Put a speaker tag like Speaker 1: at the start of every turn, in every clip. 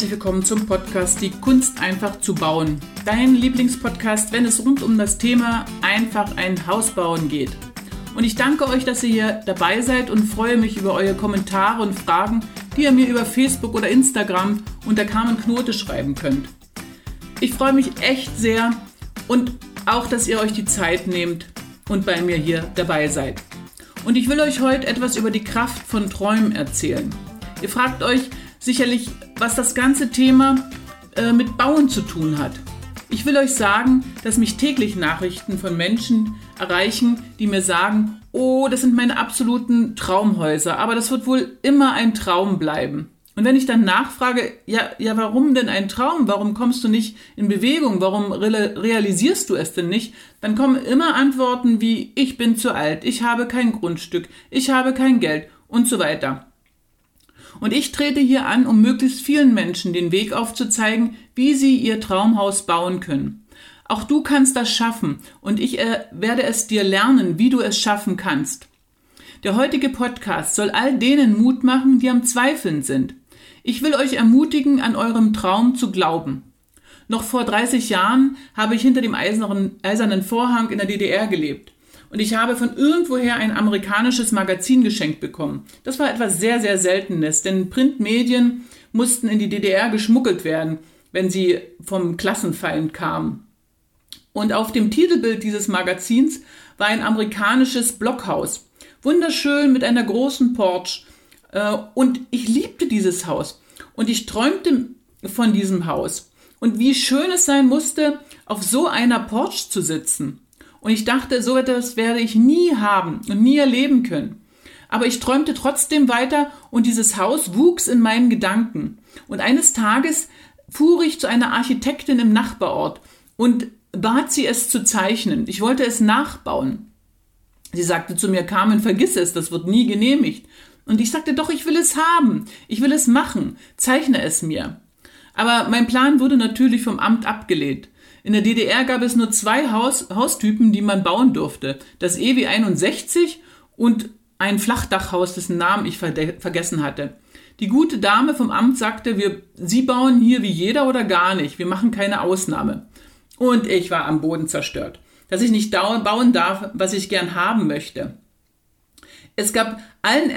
Speaker 1: herzlich willkommen zum Podcast Die Kunst einfach zu bauen. Dein Lieblingspodcast, wenn es rund um das Thema einfach ein Haus bauen geht. Und ich danke euch, dass ihr hier dabei seid und freue mich über eure Kommentare und Fragen, die ihr mir über Facebook oder Instagram unter Carmen Knote schreiben könnt. Ich freue mich echt sehr und auch, dass ihr euch die Zeit nehmt und bei mir hier dabei seid. Und ich will euch heute etwas über die Kraft von Träumen erzählen. Ihr fragt euch sicherlich, was das ganze Thema mit Bauen zu tun hat. Ich will euch sagen, dass mich täglich Nachrichten von Menschen erreichen, die mir sagen, oh, das sind meine absoluten Traumhäuser, aber das wird wohl immer ein Traum bleiben. Und wenn ich dann nachfrage, ja, warum denn ein Traum? Warum kommst du nicht in Bewegung? Warum realisierst du es denn nicht? Dann kommen immer Antworten wie, ich bin zu alt, ich habe kein Grundstück, ich habe kein Geld und so weiter. Und ich trete hier an, um möglichst vielen Menschen den Weg aufzuzeigen, wie sie ihr Traumhaus bauen können. Auch du kannst das schaffen und ich werde es dir lernen, wie du es schaffen kannst. Der heutige Podcast soll all denen Mut machen, die am Zweifeln sind. Ich will euch ermutigen, an eurem Traum zu glauben. Noch vor 30 Jahren habe ich hinter dem eisernen Vorhang in der DDR gelebt. Und ich habe von irgendwoher ein amerikanisches Magazin geschenkt bekommen. Das war etwas sehr, sehr Seltenes, denn Printmedien mussten in die DDR geschmuggelt werden, wenn sie vom Klassenfeind kamen. Und auf dem Titelbild dieses Magazins war ein amerikanisches Blockhaus. Wunderschön mit einer großen Porch. Und ich liebte dieses Haus. Und ich träumte von diesem Haus. Und wie schön es sein musste, auf so einer Porch zu sitzen. Und ich dachte, so etwas werde ich nie haben und nie erleben können. Aber ich träumte trotzdem weiter und dieses Haus wuchs in meinen Gedanken. Und eines Tages fuhr ich zu einer Architektin im Nachbarort und bat sie, es zu zeichnen. Ich wollte es nachbauen. Sie sagte zu mir, Carmen, vergiss es, das wird nie genehmigt. Und ich sagte, doch, ich will es haben, ich will es machen, zeichne es mir. Aber mein Plan wurde natürlich vom Amt abgelehnt. In der DDR gab es nur 2 Haustypen, die man bauen durfte. Das EWI 61 und ein Flachdachhaus, dessen Namen ich vergessen hatte. Die gute Dame vom Amt sagte, Sie bauen hier wie jeder oder gar nicht. Wir machen keine Ausnahme. Und ich war am Boden zerstört, dass ich nicht bauen darf, was ich gern haben möchte. Es gab allen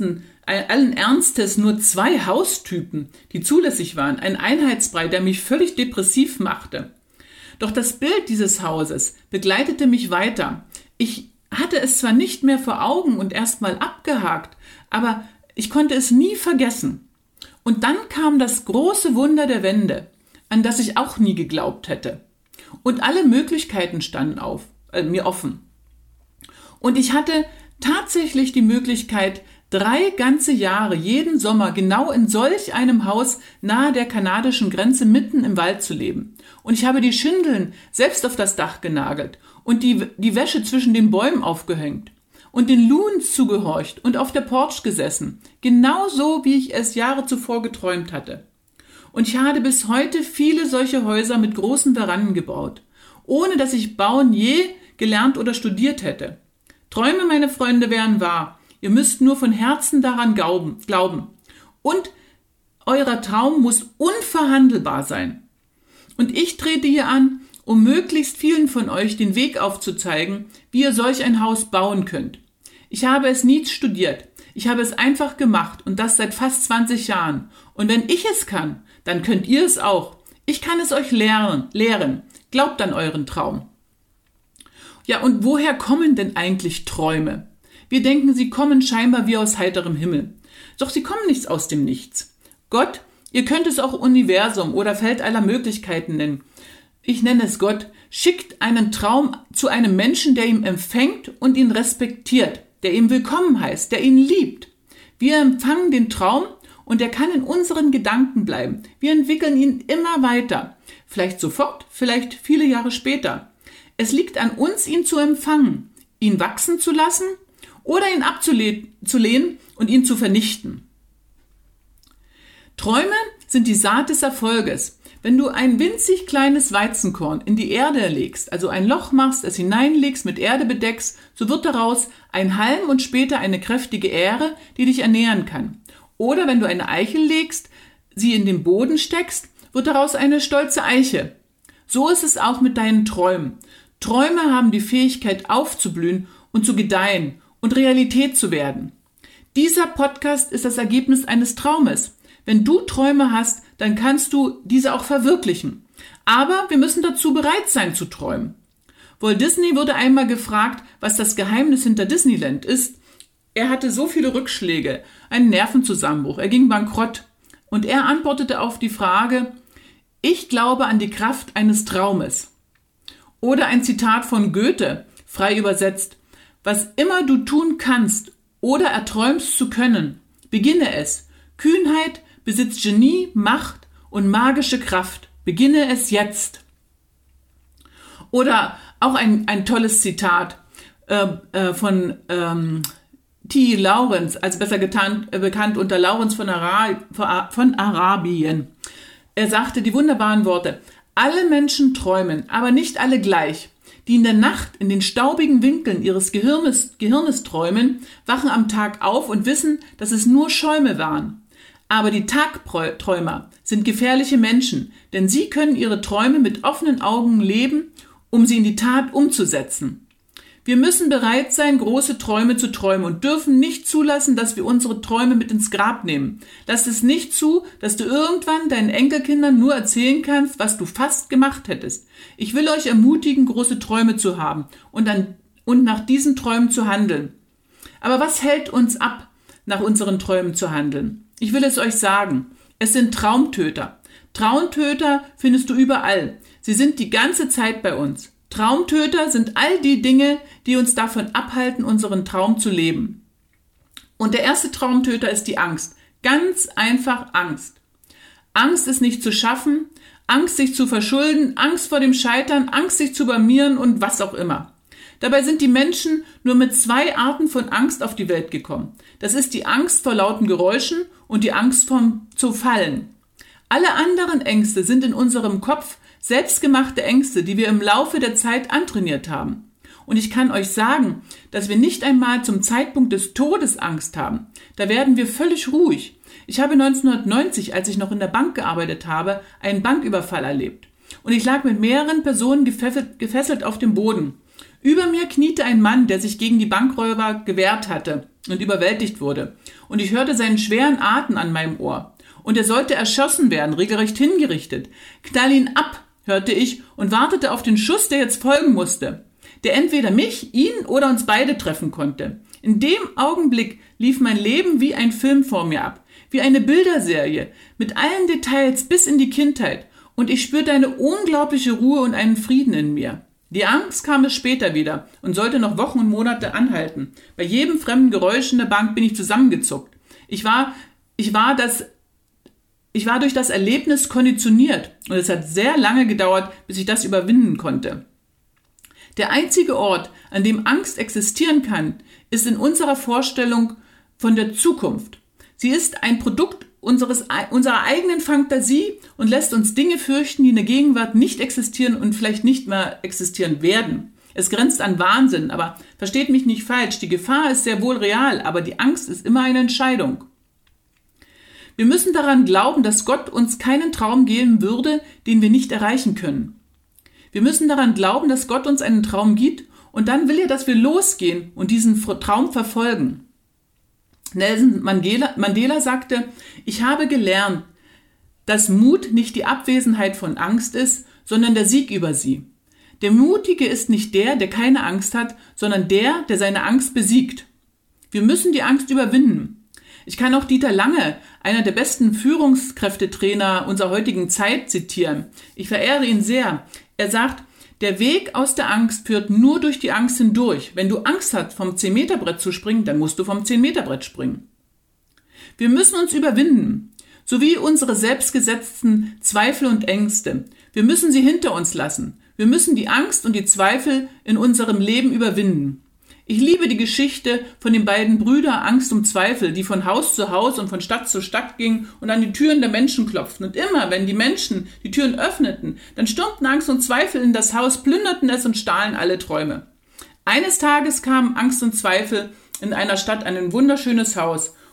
Speaker 1: Ernstes nur 2 Haustypen, die zulässig waren. Ein Einheitsbrei, der mich völlig depressiv machte. Doch das Bild dieses Hauses begleitete mich weiter. Ich hatte es zwar nicht mehr vor Augen und erstmal abgehakt, aber ich konnte es nie vergessen. Und dann kam das große Wunder der Wende, an das ich auch nie geglaubt hätte. Und alle Möglichkeiten standen mir offen. Und ich hatte tatsächlich die Möglichkeit, 3 ganze Jahre, jeden Sommer, genau in solch einem Haus nahe der kanadischen Grenze mitten im Wald zu leben. Und ich habe die Schindeln selbst auf das Dach genagelt und die Wäsche zwischen den Bäumen aufgehängt und den Loons zugehorcht und auf der Porch gesessen. Genauso, wie ich es Jahre zuvor geträumt hatte. Und ich habe bis heute viele solche Häuser mit großen Veranden gebaut, ohne dass ich Bauen je gelernt oder studiert hätte. Träume, meine Freunde, wären wahr. Ihr müsst nur von Herzen daran glauben. Und euer Traum muss unverhandelbar sein. Und ich trete hier an, um möglichst vielen von euch den Weg aufzuzeigen, wie ihr solch ein Haus bauen könnt. Ich habe es nie studiert. Ich habe es einfach gemacht und das seit fast 20 Jahren. Und wenn ich es kann, dann könnt ihr es auch. Ich kann es euch lehren. Glaubt an euren Traum. Ja, und woher kommen denn eigentlich Träume? Wir denken, sie kommen scheinbar wie aus heiterem Himmel. Doch sie kommen nicht aus dem Nichts. Gott, ihr könnt es auch Universum oder Feld aller Möglichkeiten nennen. Ich nenne es Gott, schickt einen Traum zu einem Menschen, der ihn empfängt und ihn respektiert, der ihm willkommen heißt, der ihn liebt. Wir empfangen den Traum und er kann in unseren Gedanken bleiben. Wir entwickeln ihn immer weiter. Vielleicht sofort, vielleicht viele Jahre später. Es liegt an uns, ihn zu empfangen, ihn wachsen zu lassen oder ihn abzulehnen und ihn zu vernichten. Träume sind die Saat des Erfolges. Wenn du ein winzig kleines Weizenkorn in die Erde legst, also ein Loch machst, es hineinlegst, mit Erde bedeckst, so wird daraus ein Halm und später eine kräftige Ähre, die dich ernähren kann. Oder wenn du eine Eichel legst, sie in den Boden steckst, wird daraus eine stolze Eiche. So ist es auch mit deinen Träumen. Träume haben die Fähigkeit aufzublühen und zu gedeihen und Realität zu werden. Dieser Podcast ist das Ergebnis eines Traumes. Wenn du Träume hast, dann kannst du diese auch verwirklichen. Aber wir müssen dazu bereit sein zu träumen. Walt Disney wurde einmal gefragt, was das Geheimnis hinter Disneyland ist. Er hatte so viele Rückschläge, einen Nervenzusammenbruch, er ging bankrott. Und er antwortete auf die Frage, ich glaube an die Kraft eines Traumes. Oder ein Zitat von Goethe, frei übersetzt, was immer du tun kannst oder erträumst zu können, beginne es. Kühnheit besitzt Genie, Macht und magische Kraft. Beginne es jetzt. Oder auch ein tolles Zitat von T. Lawrence, also besser bekannt unter Lawrence von Arabien. Er sagte die wunderbaren Worte, alle Menschen träumen, aber nicht alle gleich. Die in der Nacht in den staubigen Winkeln ihres Gehirnes träumen, wachen am Tag auf und wissen, dass es nur Schäume waren. Aber die Tagträumer sind gefährliche Menschen, denn sie können ihre Träume mit offenen Augen leben, um sie in die Tat umzusetzen. Wir müssen bereit sein, große Träume zu träumen und dürfen nicht zulassen, dass wir unsere Träume mit ins Grab nehmen. Lass es nicht zu, dass du irgendwann deinen Enkelkindern nur erzählen kannst, was du fast gemacht hättest. Ich will euch ermutigen, große Träume zu haben und nach diesen Träumen zu handeln. Aber was hält uns ab, nach unseren Träumen zu handeln? Ich will es euch sagen. Es sind Traumtöter. Traumtöter findest du überall. Sie sind die ganze Zeit bei uns. Traumtöter sind all die Dinge, die uns davon abhalten, unseren Traum zu leben. Und der erste Traumtöter ist die Angst. Ganz einfach Angst. Angst ist nicht zu schaffen, Angst sich zu verschulden, Angst vor dem Scheitern, Angst sich zu blamieren und was auch immer. Dabei sind die Menschen nur mit 2 Arten von Angst auf die Welt gekommen. Das ist die Angst vor lauten Geräuschen und die Angst zu fallen. Alle anderen Ängste sind in unserem Kopf selbstgemachte Ängste, die wir im Laufe der Zeit antrainiert haben. Und ich kann euch sagen, dass wir nicht einmal zum Zeitpunkt des Todes Angst haben. Da werden wir völlig ruhig. Ich habe 1990, als ich noch in der Bank gearbeitet habe, einen Banküberfall erlebt. Und ich lag mit mehreren Personen gefesselt auf dem Boden. Über mir kniete ein Mann, der sich gegen die Bankräuber gewehrt hatte und überwältigt wurde. Und ich hörte seinen schweren Atem an meinem Ohr. Und er sollte erschossen werden, regelrecht hingerichtet. Knall ihn ab, hörte ich und wartete auf den Schuss, der jetzt folgen musste, der entweder mich, ihn oder uns beide treffen konnte. In dem Augenblick lief mein Leben wie ein Film vor mir ab, wie eine Bilderserie, mit allen Details bis in die Kindheit, und ich spürte eine unglaubliche Ruhe und einen Frieden in mir. Die Angst kam es später wieder und sollte noch Wochen und Monate anhalten. Bei jedem fremden Geräusch in der Bank bin ich zusammengezuckt. Ich war durch das Erlebnis konditioniert und es hat sehr lange gedauert, bis ich das überwinden konnte. Der einzige Ort, an dem Angst existieren kann, ist in unserer Vorstellung von der Zukunft. Sie ist ein Produkt unserer eigenen Fantasie und lässt uns Dinge fürchten, die in der Gegenwart nicht existieren und vielleicht nicht mehr existieren werden. Es grenzt an Wahnsinn, aber versteht mich nicht falsch, die Gefahr ist sehr wohl real, aber die Angst ist immer eine Entscheidung. Wir müssen daran glauben, dass Gott uns keinen Traum geben würde, den wir nicht erreichen können. Wir müssen daran glauben, dass Gott uns einen Traum gibt und dann will er, dass wir losgehen und diesen Traum verfolgen. Nelson Mandela sagte, ich habe gelernt, dass Mut nicht die Abwesenheit von Angst ist, sondern der Sieg über sie. Der Mutige ist nicht der keine Angst hat, sondern der seine Angst besiegt. Wir müssen die Angst überwinden. Ich kann auch Dieter Lange, einer der besten Führungskräftetrainer unserer heutigen Zeit, zitieren. Ich verehre ihn sehr. Er sagt, der Weg aus der Angst führt nur durch die Angst hindurch. Wenn du Angst hast, vom 10-Meter-Brett zu springen, dann musst du vom 10-Meter-Brett springen. Wir müssen uns überwinden, sowie unsere selbstgesetzten Zweifel und Ängste. Wir müssen sie hinter uns lassen. Wir müssen die Angst und die Zweifel in unserem Leben überwinden. Ich liebe die Geschichte von den beiden Brüdern Angst und Zweifel, die von Haus zu Haus und von Stadt zu Stadt gingen und an die Türen der Menschen klopften. Und immer, wenn die Menschen die Türen öffneten, dann stürmten Angst und Zweifel in das Haus, plünderten es und stahlen alle Träume. Eines Tages kamen Angst und Zweifel in einer Stadt an ein wunderschönes Haus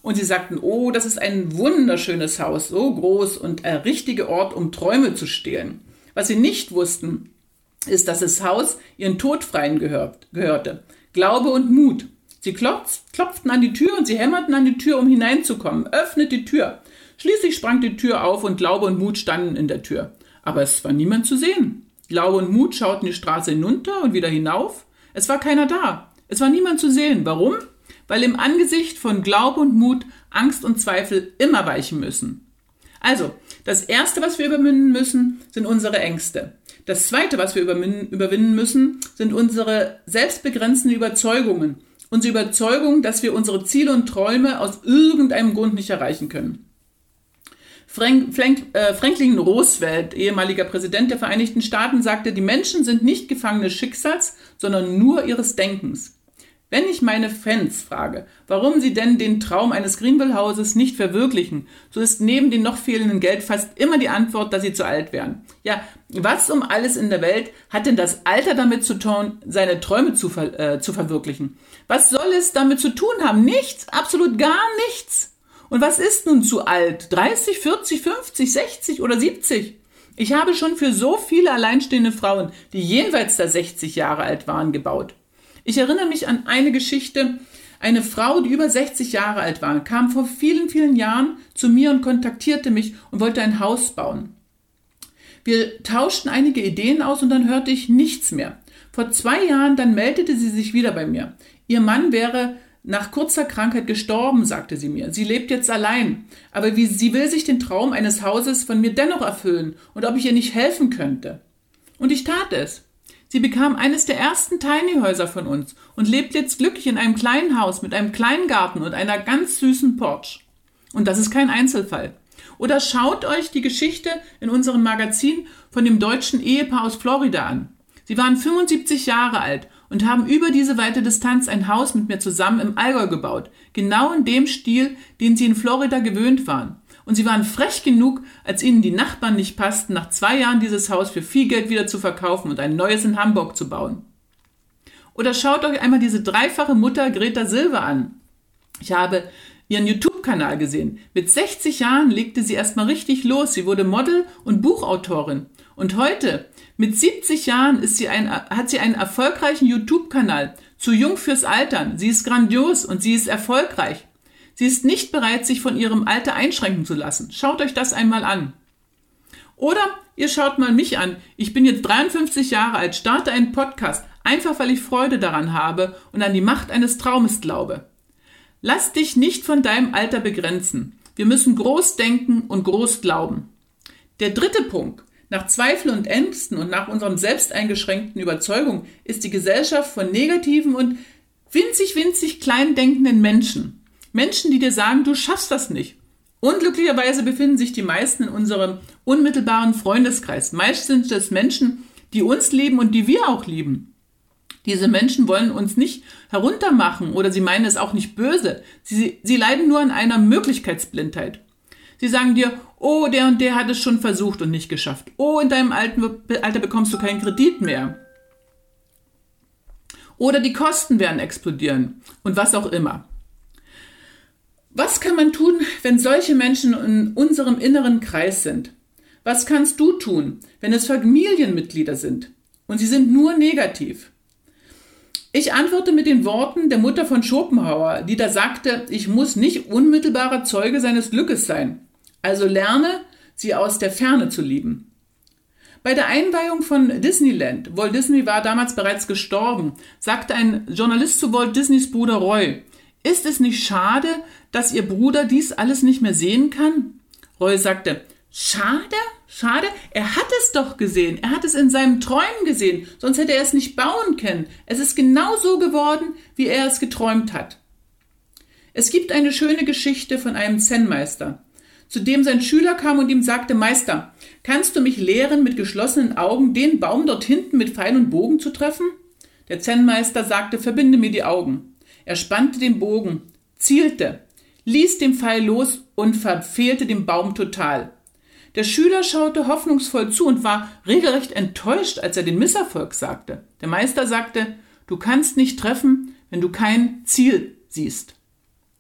Speaker 1: Und sie sagten, oh, das ist ein wunderschönes Haus, so groß und ein richtiger Ort, um Träume zu stehlen. Was sie nicht wussten, ist, dass das Haus ihren Todfreien gehörte. Glaube und Mut. Sie klopften an die Tür und sie hämmerten an die Tür, um hineinzukommen. Öffnet die Tür. Schließlich sprang die Tür auf und Glaube und Mut standen in der Tür. Aber es war niemand zu sehen. Glaube und Mut schauten die Straße hinunter und wieder hinauf. Es war keiner da. Es war niemand zu sehen. Warum? Weil im Angesicht von Glaube und Mut Angst und Zweifel immer weichen müssen. Also, das Erste, was wir überwinden müssen, sind unsere Ängste. Das Zweite, was wir überwinden müssen, sind unsere selbstbegrenzenden Überzeugungen. Unsere Überzeugung, dass wir unsere Ziele und Träume aus irgendeinem Grund nicht erreichen können. Franklin Roosevelt, ehemaliger Präsident der Vereinigten Staaten, sagte, die Menschen sind nicht Gefangene des Schicksals, sondern nur ihres Denkens. Wenn ich meine Fans frage, warum sie denn den Traum eines Greenville-Hauses nicht verwirklichen, so ist neben dem noch fehlenden Geld fast immer die Antwort, dass sie zu alt wären. Ja, was um alles in der Welt hat denn das Alter damit zu tun, seine Träume zu verwirklichen? Was soll es damit zu tun haben? Nichts, absolut gar nichts. Und was ist nun zu alt? 30, 40, 50, 60 oder 70? Ich habe schon für so viele alleinstehende Frauen, die jenseits der 60 Jahre alt waren, gebaut. Ich erinnere mich an eine Geschichte. Eine Frau, die über 60 Jahre alt war, kam vor vielen, vielen Jahren zu mir und kontaktierte mich und wollte ein Haus bauen. Wir tauschten einige Ideen aus und dann hörte ich nichts mehr. Vor 2 Jahren, dann meldete sie sich wieder bei mir. Ihr Mann wäre nach kurzer Krankheit gestorben, sagte sie mir. Sie lebt jetzt allein, aber sie will sich den Traum eines Hauses von mir dennoch erfüllen und ob ich ihr nicht helfen könnte. Und ich tat es. Sie bekam eines der ersten Tiny-Häuser von uns und lebt jetzt glücklich in einem kleinen Haus mit einem kleinen Garten und einer ganz süßen Porch. Und das ist kein Einzelfall. Oder schaut euch die Geschichte in unserem Magazin von dem deutschen Ehepaar aus Florida an. Sie waren 75 Jahre alt und haben über diese weite Distanz ein Haus mit mir zusammen im Allgäu gebaut. Genau in dem Stil, den sie in Florida gewöhnt waren. Und sie waren frech genug, als ihnen die Nachbarn nicht passten, nach 2 Jahren dieses Haus für viel Geld wieder zu verkaufen und ein neues in Hamburg zu bauen. Oder schaut euch einmal diese dreifache Mutter Greta Silver an. Ich habe ihren YouTube-Kanal gesehen. Mit 60 Jahren legte sie erstmal richtig los. Sie wurde Model und Buchautorin. Und heute, mit 70 Jahren, hat sie einen erfolgreichen YouTube-Kanal. Zu jung fürs Altern. Sie ist grandios und sie ist erfolgreich. Sie ist nicht bereit, sich von ihrem Alter einschränken zu lassen. Schaut euch das einmal an. Oder ihr schaut mal mich an. Ich bin jetzt 53 Jahre alt, starte einen Podcast, einfach weil ich Freude daran habe und an die Macht eines Traumes glaube. Lass dich nicht von deinem Alter begrenzen. Wir müssen groß denken und groß glauben. Der dritte Punkt. Nach Zweifeln und Ängsten und nach unserem selbst eingeschränkten Überzeugung ist die Gesellschaft von negativen und winzig klein denkenden Menschen. Menschen, die dir sagen, du schaffst das nicht. Unglücklicherweise befinden sich die meisten in unserem unmittelbaren Freundeskreis. Meist sind es Menschen, die uns lieben und die wir auch lieben. Diese Menschen wollen uns nicht heruntermachen oder sie meinen es auch nicht böse. Sie leiden nur an einer Möglichkeitsblindheit. Sie sagen dir, oh, der und der hat es schon versucht und nicht geschafft. Oh, in deinem Alter bekommst du keinen Kredit mehr. Oder die Kosten werden explodieren und was auch immer. Was kann man tun, wenn solche Menschen in unserem inneren Kreis sind? Was kannst du tun, wenn es Familienmitglieder sind und sie sind nur negativ? Ich antworte mit den Worten der Mutter von Schopenhauer, die da sagte, ich muss nicht unmittelbarer Zeuge seines Glückes sein. Also lerne, sie aus der Ferne zu lieben. Bei der Einweihung von Disneyland, Walt Disney war damals bereits gestorben, sagte ein Journalist zu Walt Disneys Bruder Roy, ist es nicht schade, dass Ihr Bruder dies alles nicht mehr sehen kann? Roy sagte, schade? Schade? Er hat es doch gesehen. Er hat es in seinen Träumen gesehen. Sonst hätte er es nicht bauen können. Es ist genau so geworden, wie er es geträumt hat. Es gibt eine schöne Geschichte von einem Zen-Meister, zu dem sein Schüler kam und ihm sagte, Meister, kannst du mich lehren, mit geschlossenen Augen den Baum dort hinten mit Pfeil und Bogen zu treffen? Der Zen-Meister sagte, verbinde mir die Augen. Er spannte den Bogen, zielte, ließ den Pfeil los und verfehlte den Baum total. Der Schüler schaute hoffnungsvoll zu und war regelrecht enttäuscht, als er den Misserfolg sagte. Der Meister sagte, du kannst nicht treffen, wenn du kein Ziel siehst.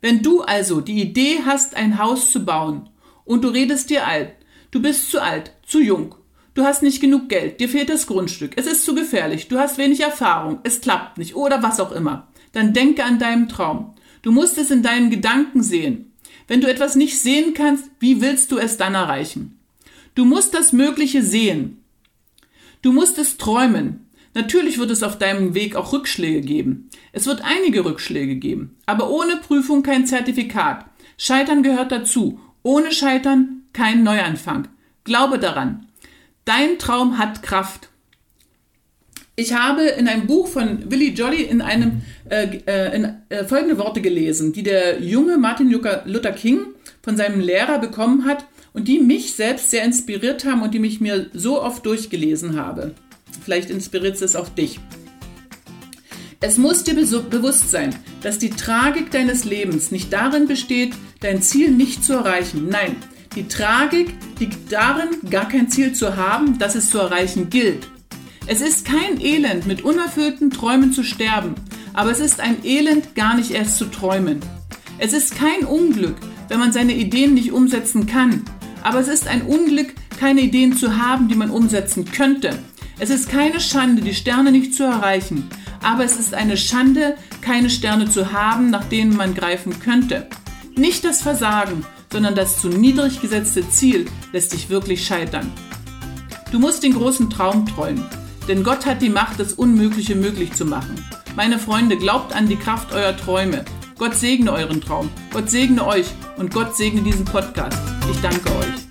Speaker 1: Wenn du also die Idee hast, ein Haus zu bauen und du redest dir ein, du bist zu alt, zu jung, du hast nicht genug Geld, dir fehlt das Grundstück, es ist zu gefährlich, du hast wenig Erfahrung, es klappt nicht oder was auch immer, dann denke an deinen Traum. Du musst es in deinen Gedanken sehen. Wenn du etwas nicht sehen kannst, wie willst du es dann erreichen? Du musst das Mögliche sehen. Du musst es träumen. Natürlich wird es auf deinem Weg auch Rückschläge geben. Es wird einige Rückschläge geben, aber ohne Prüfung kein Zertifikat. Scheitern gehört dazu. Ohne Scheitern kein Neuanfang. Glaube daran. Dein Traum hat Kraft. Ich habe in einem Buch von Willy Jolly folgende Worte gelesen, die der junge Martin Luther King von seinem Lehrer bekommen hat und die mich selbst sehr inspiriert haben und die mich mir so oft durchgelesen habe. Vielleicht inspiriert es auch dich. Es muss dir bewusst sein, dass die Tragik deines Lebens nicht darin besteht, dein Ziel nicht zu erreichen. Nein, die Tragik liegt darin, gar kein Ziel zu haben, das es zu erreichen gilt. Es ist kein Elend, mit unerfüllten Träumen zu sterben, aber es ist ein Elend, gar nicht erst zu träumen. Es ist kein Unglück, wenn man seine Ideen nicht umsetzen kann, aber es ist ein Unglück, keine Ideen zu haben, die man umsetzen könnte. Es ist keine Schande, die Sterne nicht zu erreichen, aber es ist eine Schande, keine Sterne zu haben, nach denen man greifen könnte. Nicht das Versagen, sondern das zu niedrig gesetzte Ziel lässt dich wirklich scheitern. Du musst den großen Traum träumen, denn Gott hat die Macht, das Unmögliche möglich zu machen. Meine Freunde, glaubt an die Kraft eurer Träume. Gott segne euren Traum, Gott segne euch und Gott segne diesen Podcast. Ich danke euch.